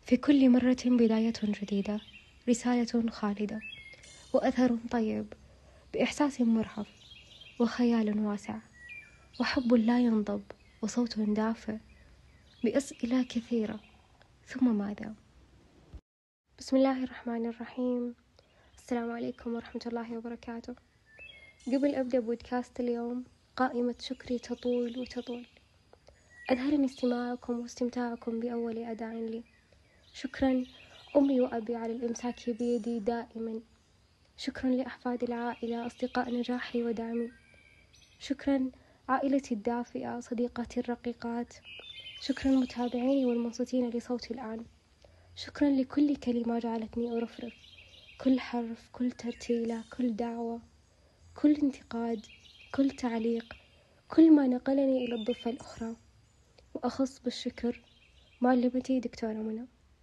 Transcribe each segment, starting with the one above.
في كل مرة بداية جديدة، رسالة خالدة، وأثر طيب، بإحساس مرهف، وخيال واسع، وحب لا ينضب، وصوت دافئ، بأسئلة كثيرة. ثم ماذا؟ بسم الله الرحمن الرحيم. السلام عليكم ورحمة الله وبركاته. قبل أبدأ بودكاست اليوم، قائمة شكري تطول وتطول. أظهرني استماعكم واستمتاعكم بأول أداء لي. شكرا أمي وأبي على الإمساك بيدي دائما. شكرا لأحفاد العائلة، أصدقاء نجاحي ودعمي. شكرا عائلتي الدافئة، صديقاتي الرقيقات. شكرا متابعيني والمنصتين لصوتي الآن. شكرا لكل كلمة جعلتني أرفرف، كل حرف، كل ترتيلة، كل دعوة، كل انتقاد، كل تعليق، كل ما نقلني إلى الضفة الأخرى. وأخص بالشكر معلمتي دكتورة منى.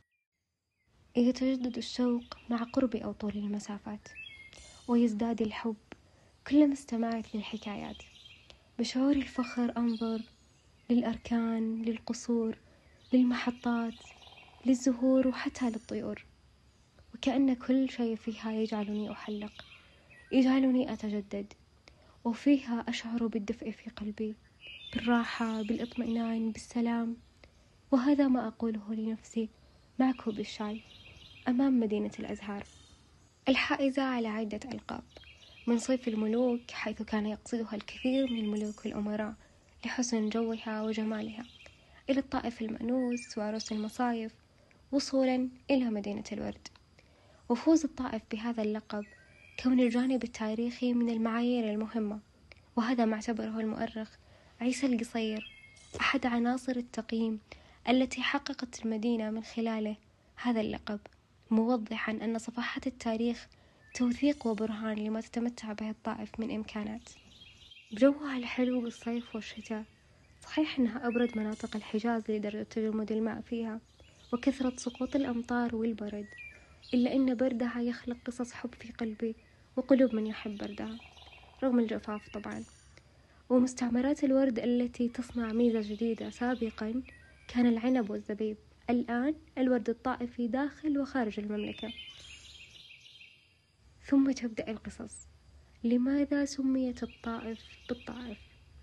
يتجدد الشوق مع قرب أو طول المسافات، ويزداد الحب كلما استمعت للحكايات. بشعور الفخر أنظر للأركان، للقصور، للمحطات، للزهور، وحتى للطيور، وكأن كل شيء فيها يجعلني أحلق، يجعلني أتجدد، وفيها أشعر بالدفء في قلبي، بالراحة، بالاطمئنان، بالسلام. وهذا ما أقوله لنفسي مع كوب الشاي أمام مدينة الأزهار، الحائزة على عدة ألقاب، من صيف الملوك، حيث كان يقصدها الكثير من الملوك والأمراء لحسن جوها وجمالها، إلى الطائف المأنوس وعروس المصايف، وصولا إلى مدينة الورد. وفوز الطائف بهذا اللقب كون الجانب التاريخي من المعايير المهمة، وهذا ما اعتبره المؤرخ عيسى القصير أحد عناصر التقييم التي حققت المدينة من خلاله هذا اللقب، موضحا أن صفحات التاريخ توثيق وبرهان لما تتمتع به الطائف من إمكانات. بجوها الحلو بالصيف والشتاء، صحيح أنها أبرد مناطق الحجاز لدرجة تجمد الماء فيها وكثرة سقوط الأمطار والبرد، إلا أن بردها يخلق قصص حب في قلبي وقلوب من يحب بردها رغم الجفاف طبعا. ومستعمرات الورد التي تصنع ميزة جديدة، سابقا كان العنب والزبيب، الآن الورد الطائفي داخل وخارج المملكة. ثم تبدأ القصص. لماذا سميت الطائف بالطائف؟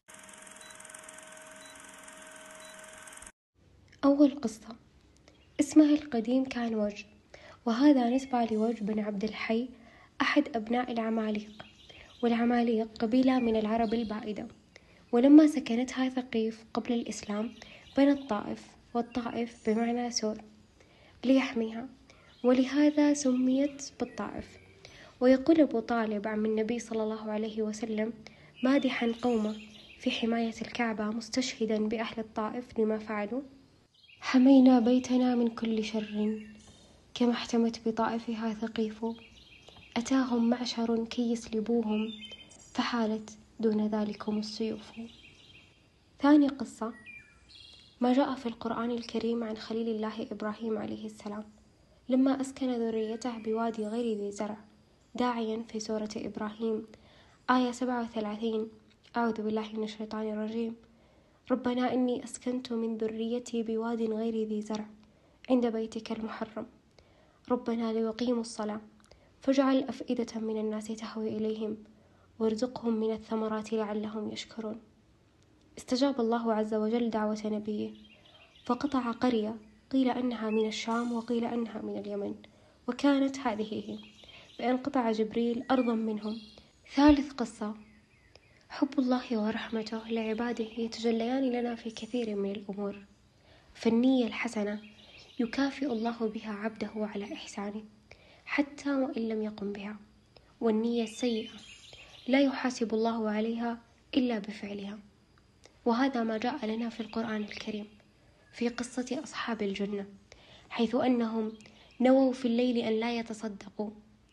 أول قصة، اسمها القديم كان وج، وهذا نسبة لوج بن عبد الحي، أحد أبناء العماليق، والعماليق قبيلة من العرب البائدة. ولما سكنتها ثقيف قبل الإسلام بنت طائف، والطائف بمعنى سور، ليحميها، ولهذا سميت بالطائف. ويقول أبو طالب عن النبي صلى الله عليه وسلم مادحا قومه في حماية الكعبة، مستشهدا بأهل الطائف لما فعلوا: حمينا بيتنا من كل شر، كما احتمت بطائفها ثقيف، أتاهم معشر كي يسلبوهم، فحالت دون ذلكم السيوف. ثاني قصة، ما جاء في القرآن الكريم عن خليل الله إبراهيم عليه السلام لما أسكن ذريته بوادي غير ذي زرع، داعيا في سورة إبراهيم آية 37: أعوذ بالله من الشيطان الرجيم: ربنا إني أسكنت من ذريتي بواد غير ذي زرع عند بيتك المحرم، ربنا ليقيموا الصلاة فاجعل أفئدة من الناس تهوي إليهم وارزقهم من الثمرات لعلهم يشكرون. استجاب الله عز وجل دعوة نبيه فقطع قرية قيل أنها من الشام وقيل أنها من اليمن، وكانت هذه هي، بأن قطع جبريل أرضا منهم. ثالث قصة، حب الله ورحمته لعباده يتجليان لنا في كثير من الأمور، فالنية الحسنة يكافئ الله بها عبده على إحسانه حتى وإن لم يقم بها، والنية السيئة لا يحاسب الله عليها إلا بفعلها. وهذا ما جاء لنا في القرآن الكريم في قصة أصحاب الجنة، حيث أنهم نووا في الليل أن لا يتصدقوا،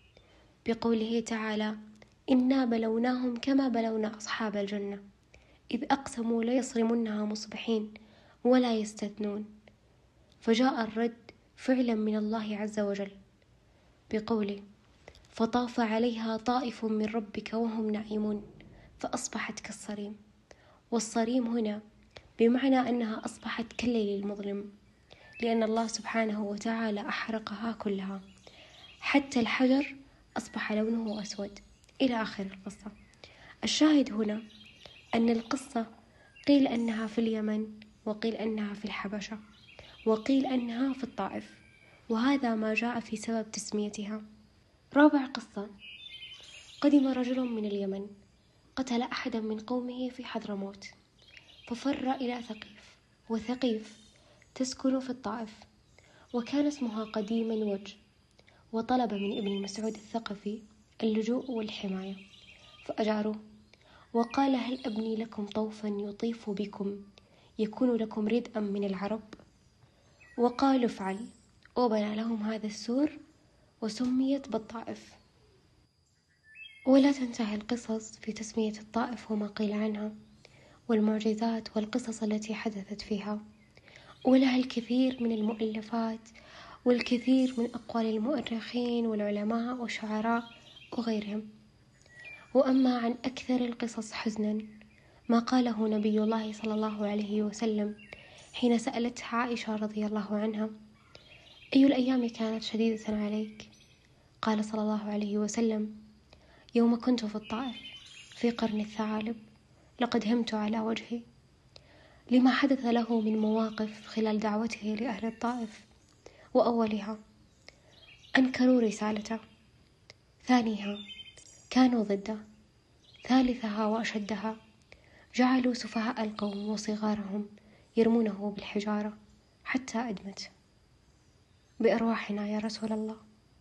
بقوله تعالى: إنا بلوناهم كما بلونا أصحاب الجنة إذ أقسموا ليصرمنها مصبحين ولا يستثنون. فجاء الرد فعلا من الله عز وجل بقوله: فطاف عليها طائف من ربك وهم نائمون فأصبحت كالصريم. والصريم هنا بمعنى أنها أصبحت كالليل المظلم، لأن الله سبحانه وتعالى أحرقها كلها، حتى الحجر أصبح لونه أسود، إلى آخر القصة. الشاهد هنا أن القصة قيل أنها في اليمن، وقيل أنها في الحبشة، وقيل أنها في الطائف، وهذا ما جاء في سبب تسميتها. رابع قصة: قدم رجل من اليمن قتل أحدا من قومه في حضرموت، ففر إلى ثقيف، وثقيف تسكن في الطائف، وكان اسمها قديما وجه، وطلب من ابن مسعود الثقفي اللجوء والحماية، فأجاروه، وقال: هل أبني لكم طوفا يطيف بكم يكون لكم ردءا من العرب؟ وقالوا: افعل، وبنى لهم هذا السور، وسميت بالطائف. ولا تنتهي القصص في تسمية الطائف وما قيل عنها، والمعجزات والقصص التي حدثت فيها، ولها الكثير من المؤلفات والكثير من أقوال المؤرخين والعلماء والشعراء وغيرهم. وأما عن أكثر القصص حزنا ما قاله نبي الله صلى الله عليه وسلم حين سألته عائشة رضي الله عنها: أي الأيام كانت شديدة عليك؟ قال صلى الله عليه وسلم: يوم كنت في الطائف في قرن الثعالب، لقد همت على وجهي، لما حدث له من مواقف خلال دعوته لأهل الطائف. وأولها أنكروا رسالته، ثانيها كانوا ضده، ثالثها وأشدها جعلوا سفهاء القوم وصغارهم يرمونه بالحجارة حتى أدمت. بأرواحنا يا رسول الله.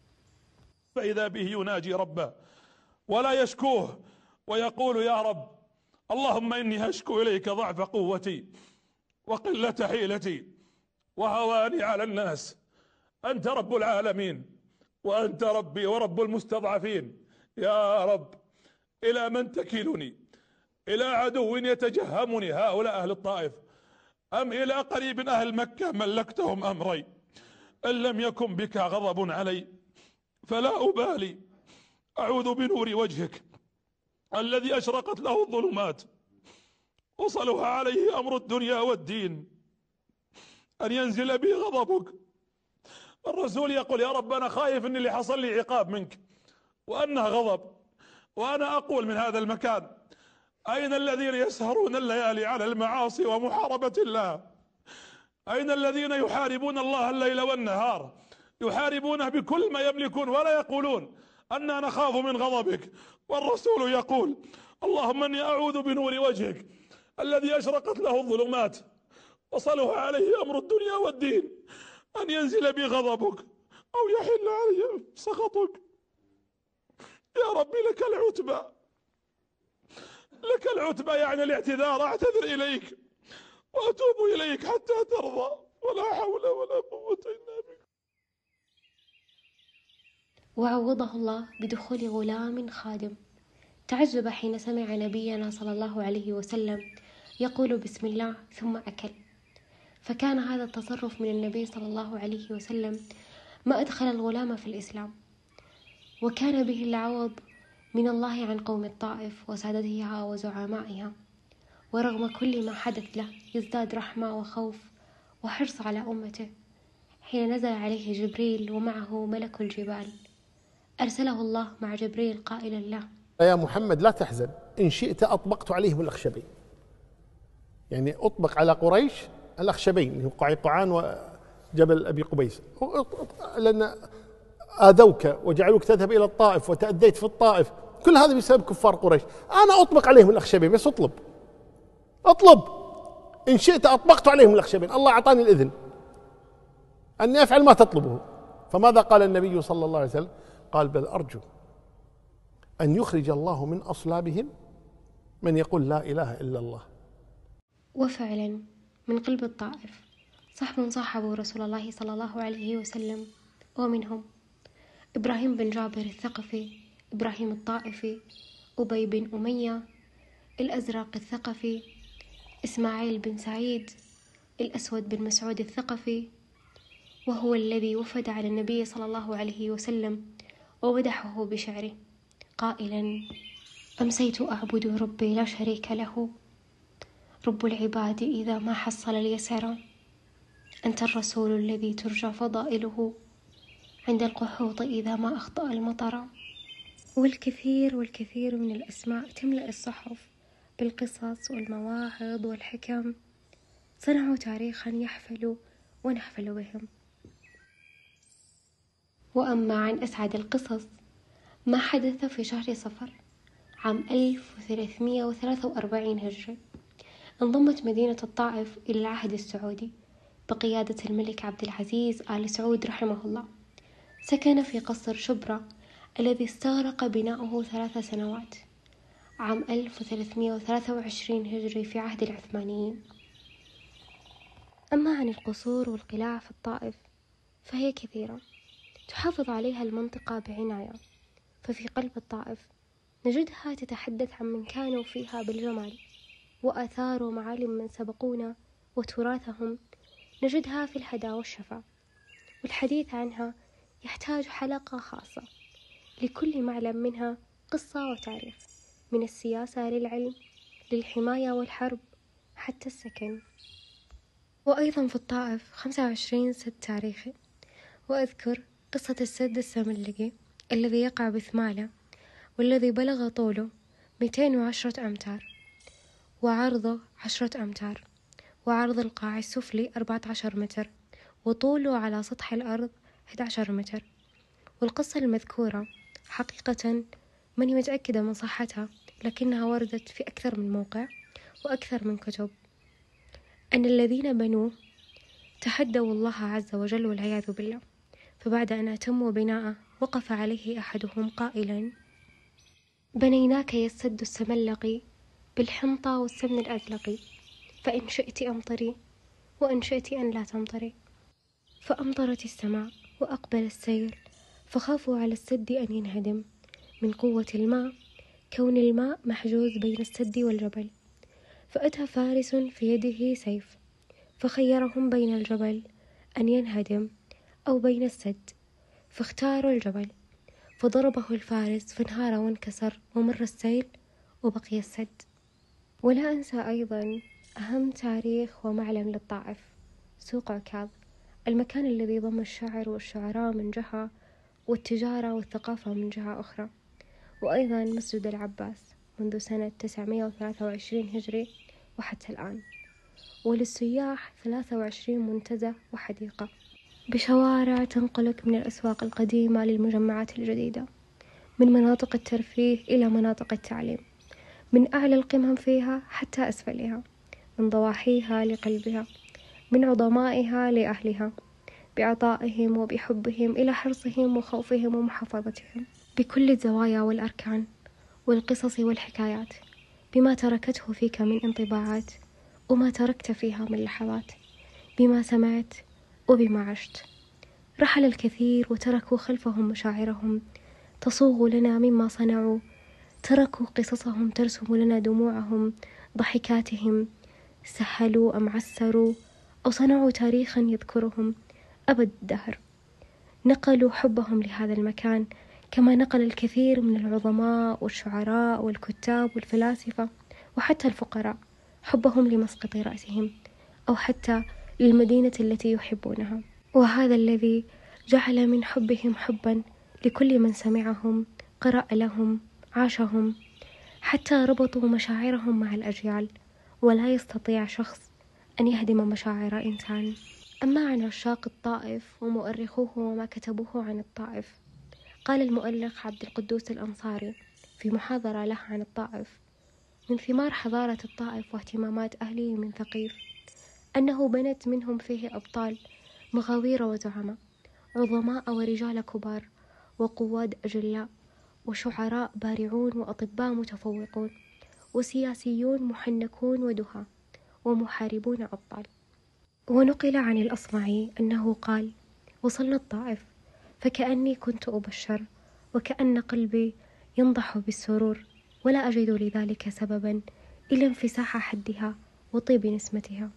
فإذا به يناجي ربه ولا يشكوه، ويقول: يا رب، اللهم إني أشكو إليك ضعف قوتي وقلة حيلتي وهواني على الناس، أنت رب العالمين، وأنت ربي ورب المستضعفين. يا رب، إلى من تكلني؟ إلى عدو يتجهمني هؤلاء أهل الطائف، أم إلى قريب أهل مكة ملكتهم أمري؟ إن لم يكن بك غضب علي فلا أبالي، أعوذ بنور وجهك الذي أشرقت له الظلمات وصلها عليه أمر الدنيا والدين أن ينزل بي غضبك. الرسول يقول: يا رب، أنا خايف أن اللي حصل لي عقاب منك وأنه غضب، وأنا أقول من هذا المكان: أين الذين يسهرون الليالي على المعاصي ومحاربة الله؟ أين الذين يحاربون الله الليل والنهار، يحاربونه بكل ما يملكون، ولا يقولون أننا نخاف من غضبك؟ والرسول يقول: اللهم إني أعوذ بنور وجهك الذي أشرقت له الظلمات وصلها عليه أمر الدنيا والدين أن ينزل بي غضبك أو يحل علي سخطك. يا ربي، لك العتبى، لك العتبى، يعني الاعتذار، أعتذر إليك وأتوب إليك حتى ترضى، ولا حول ولا قوة إلا بك. وعوضه الله بدخول غلام خادم، تعجب حين سمع نبينا صلى الله عليه وسلم يقول بسم الله ثم أكل، فكان هذا التصرف من النبي صلى الله عليه وسلم ما أدخل الغلام في الإسلام، وكان به العوض من الله عن قوم الطائف وسادتها وزعمائها. ورغم كل ما حدث له يزداد رحمة وخوف وحرص على أمته، حين نزل عليه جبريل ومعه ملك الجبال، أرسله الله مع جبريل قائلا له: يا محمد لا تحزن، إن شئت أطبقت عليهم الأخشبين. يعني أطبق على قريش الأخشبين اللي هو قعقعان وجبل أبي قبيس، لأن آذوك وجعلوك تذهب إلى الطائف وتأذيت في الطائف، كل هذا بسبب كفار قريش. أنا أطبق عليهم الأخشبين، بس أطلب إن شئت أطبقت عليهم الأخشبين. الله أعطاني الإذن أني أفعل ما تطلبه. فماذا قال النبي صلى الله عليه وسلم؟ قال: بل أرجو أن يخرج الله من أصلابهم من يقول لا إله إلا الله. وفعلا من قلب الطائف صحب صاحبوا رسول الله صلى الله عليه وسلم، ومنهم إبراهيم بن جابر الثقفي، إبراهيم الطائفي، أبي بن أمية، الأزرق الثقفي، إسماعيل بن سعيد، الأسود بن مسعود الثقفي، وهو الذي وفد على النبي صلى الله عليه وسلم ومدحه بشعره قائلا: أمسيت أعبد ربي لا شريك له، رب العباد إذا ما حصل اليسر، أنت الرسول الذي ترجى فضائله عند القحوط إذا ما أخطأ المطر. والكثير والكثير من الأسماء تملأ الصحف بالقصص والمواعظ والحكم، صنعوا تاريخا يحفل ونحفل بهم. وأما عن أسعد القصص ما حدث في شهر صفر عام 1343 هجري، انضمت مدينة الطائف إلى العهد السعودي بقيادة الملك عبد العزيز آل سعود رحمه الله. سكن في قصر شبرا الذي استغرق بناؤه 3 سنوات عام 1323 هجري في عهد العثمانيين. أما عن القصور والقلاع في الطائف فهي كثيرة تحافظ عليها المنطقة بعناية، ففي قلب الطائف نجدها تتحدث عن من كانوا فيها بالجمال وآثار ومعالم من سبقونا، وتراثهم نجدها في الهدى والشفا، والحديث عنها يحتاج حلقة خاصة. لكل معلم منها قصة وتاريخ، من السياسة للعلم للحماية والحرب حتى السكن. وأيضا في الطائف 25 سد تاريخي، وأذكر قصة السد السملقي الذي يقع بثمالة، والذي بلغ طوله 210 أمتار وعرضه 10 أمتار، وعرض القاع السفلي 14 متر، وطوله على سطح الأرض 11 متر. والقصة المذكورة حقيقة ماني متأكدة من صحتها، لكنها وردت في أكثر من موقع وأكثر من كتب، أن الذين بنوه تحدوا الله عز وجل والعياذ بالله، فبعد أن أتموا بناءه وقف عليه أحدهم قائلا: بنيناك يا السد السملقي بالحنطة والسمن الأزلقي، فإن شئت أمطري وإن شئت أن لا تمطري. فأمطرت السماء وأقبل السيل، فخافوا على السد أن ينهدم من قوة الماء، كون الماء محجوز بين السد والجبل. فأتى فارس في يده سيف، فخيرهم بين الجبل أن ينهدم أو بين السد، فاختاروا الجبل، فضربه الفارس فانهار وانكسر ومر السيل وبقي السد. ولا أنسى أيضا أهم تاريخ ومعلم للطائف، سوق عكاظ، المكان الذي ضم الشعر والشعراء من جهة والتجارة والثقافة من جهة أخرى. وأيضا مسجد العباس منذ سنة 923 هجري وحتى الآن. وللسياح 23 منتزه وحديقة بشوارع تنقلك من الأسواق القديمة للمجمعات الجديدة، من مناطق الترفيه إلى مناطق التعليم، من أعلى القمم فيها حتى أسفلها، من ضواحيها لقلبها، من عظمائها لأهلها، بعطائهم وبحبهم إلى حرصهم وخوفهم ومحافظتهم، بكل الزوايا والأركان والقصص والحكايات، بما تركته فيك من انطباعات وما تركت فيها من لحظات، بما سمعت وبما عشت. رحل الكثير وتركوا خلفهم مشاعرهم تصوغ لنا مما صنعوا، تركوا قصصهم ترسم لنا دموعهم، ضحكاتهم، سهلوا أم عسروا أو صنعوا تاريخا يذكرهم أبد الدهر. نقلوا حبهم لهذا المكان كما نقل الكثير من العظماء والشعراء والكتاب والفلاسفة وحتى الفقراء حبهم لمسقط رأسهم أو حتى للمدينة التي يحبونها. وهذا الذي جعل من حبهم حبا لكل من سمعهم، قرأ لهم، عاشهم، حتى ربطوا مشاعرهم مع الأجيال، ولا يستطيع شخص أن يهدم مشاعر إنسان. أما عن عشاق الطائف ومؤرخوه وما كتبوه عن الطائف، قال المؤرخ عبد القدوس الأنصاري في محاضرة له عن الطائف: من ثمار حضارة الطائف واهتمامات أهله من ثقيف أنه بنت منهم فيه أبطال مغاوير وزعماء، عظماء ورجال كبار وقواد أجلاء وشعراء بارعون وأطباء متفوقون وسياسيون محنكون ودهاء ومحاربون أبطال. ونقل عن الأصمعي أنه قال: وصلنا الطائف فكأني كنت أبشر وكأن قلبي ينضح بالسرور، ولا أجد لذلك سببا إلا انفساح حدها وطيب نسمتها.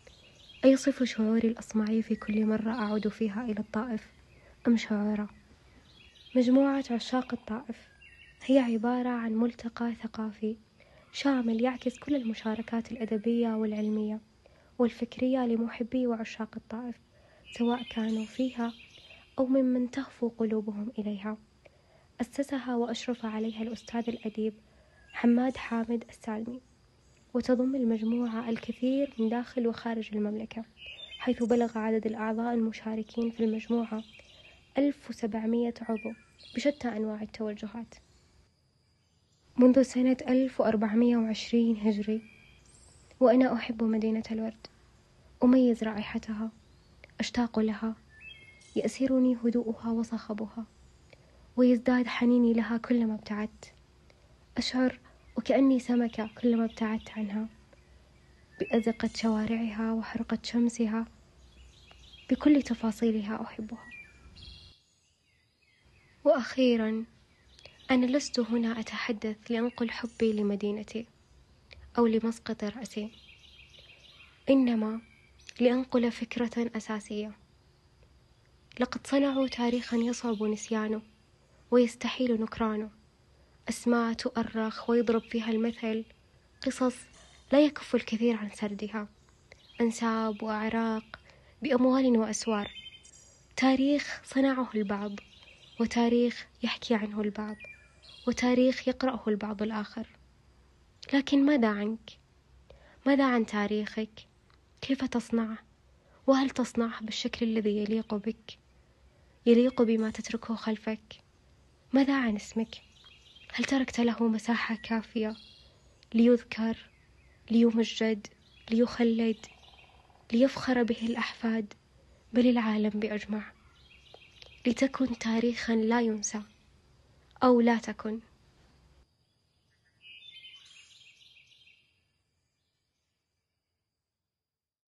أيصف شعوري الأصمعي في كل مرة أعود فيها إلى الطائف أم شعوره؟ مجموعة عشاق الطائف هي عبارة عن ملتقى ثقافي شامل يعكس كل المشاركات الأدبية والعلمية والفكرية لمحبي وعشاق الطائف، سواء كانوا فيها أو ممن تهفو قلوبهم إليها. أسسها وأشرف عليها الأستاذ الأديب حماد حامد السالمي، وتضم المجموعة الكثير من داخل وخارج المملكة، حيث بلغ عدد الأعضاء المشاركين في المجموعة 1700 عضو بشتى أنواع التوجهات. منذ سنة 1420 هجري وأنا أحب مدينة الورد، أميز رائحتها، أشتاق لها، يأسرني هدوءها وصخبها، ويزداد حنيني لها كلما ابتعدت. أشعر وكأني سمكة كلما ابتعدت عنها، بأزقة شوارعها وحرقة شمسها، بكل تفاصيلها أحبها. وأخيرا، أنا لست هنا أتحدث لأنقل حبي لمدينتي أو لمسقط رأسي، إنما لأنقل فكرة أساسية. لقد صنعوا تاريخا يصعب نسيانه ويستحيل نكرانه، أسماء تؤرخ ويضرب فيها المثل، قصص لا يكف الكثير عن سردها، أنساب وأعراق بأموال وأسوار، تاريخ صنعه البعض، وتاريخ يحكي عنه البعض، وتاريخ يقرأه البعض الآخر. لكن ماذا عنك؟ ماذا عن تاريخك؟ كيف تصنعه؟ وهل تصنعه بالشكل الذي يليق بك، يليق بما تتركه خلفك؟ ماذا عن اسمك؟ هل تركت له مساحة كافية ليذكر، ليمجد، ليخلد، ليفخر به الأحفاد، بل العالم بأجمع، لتكن تاريخا لا ينسى، أو لا تكن.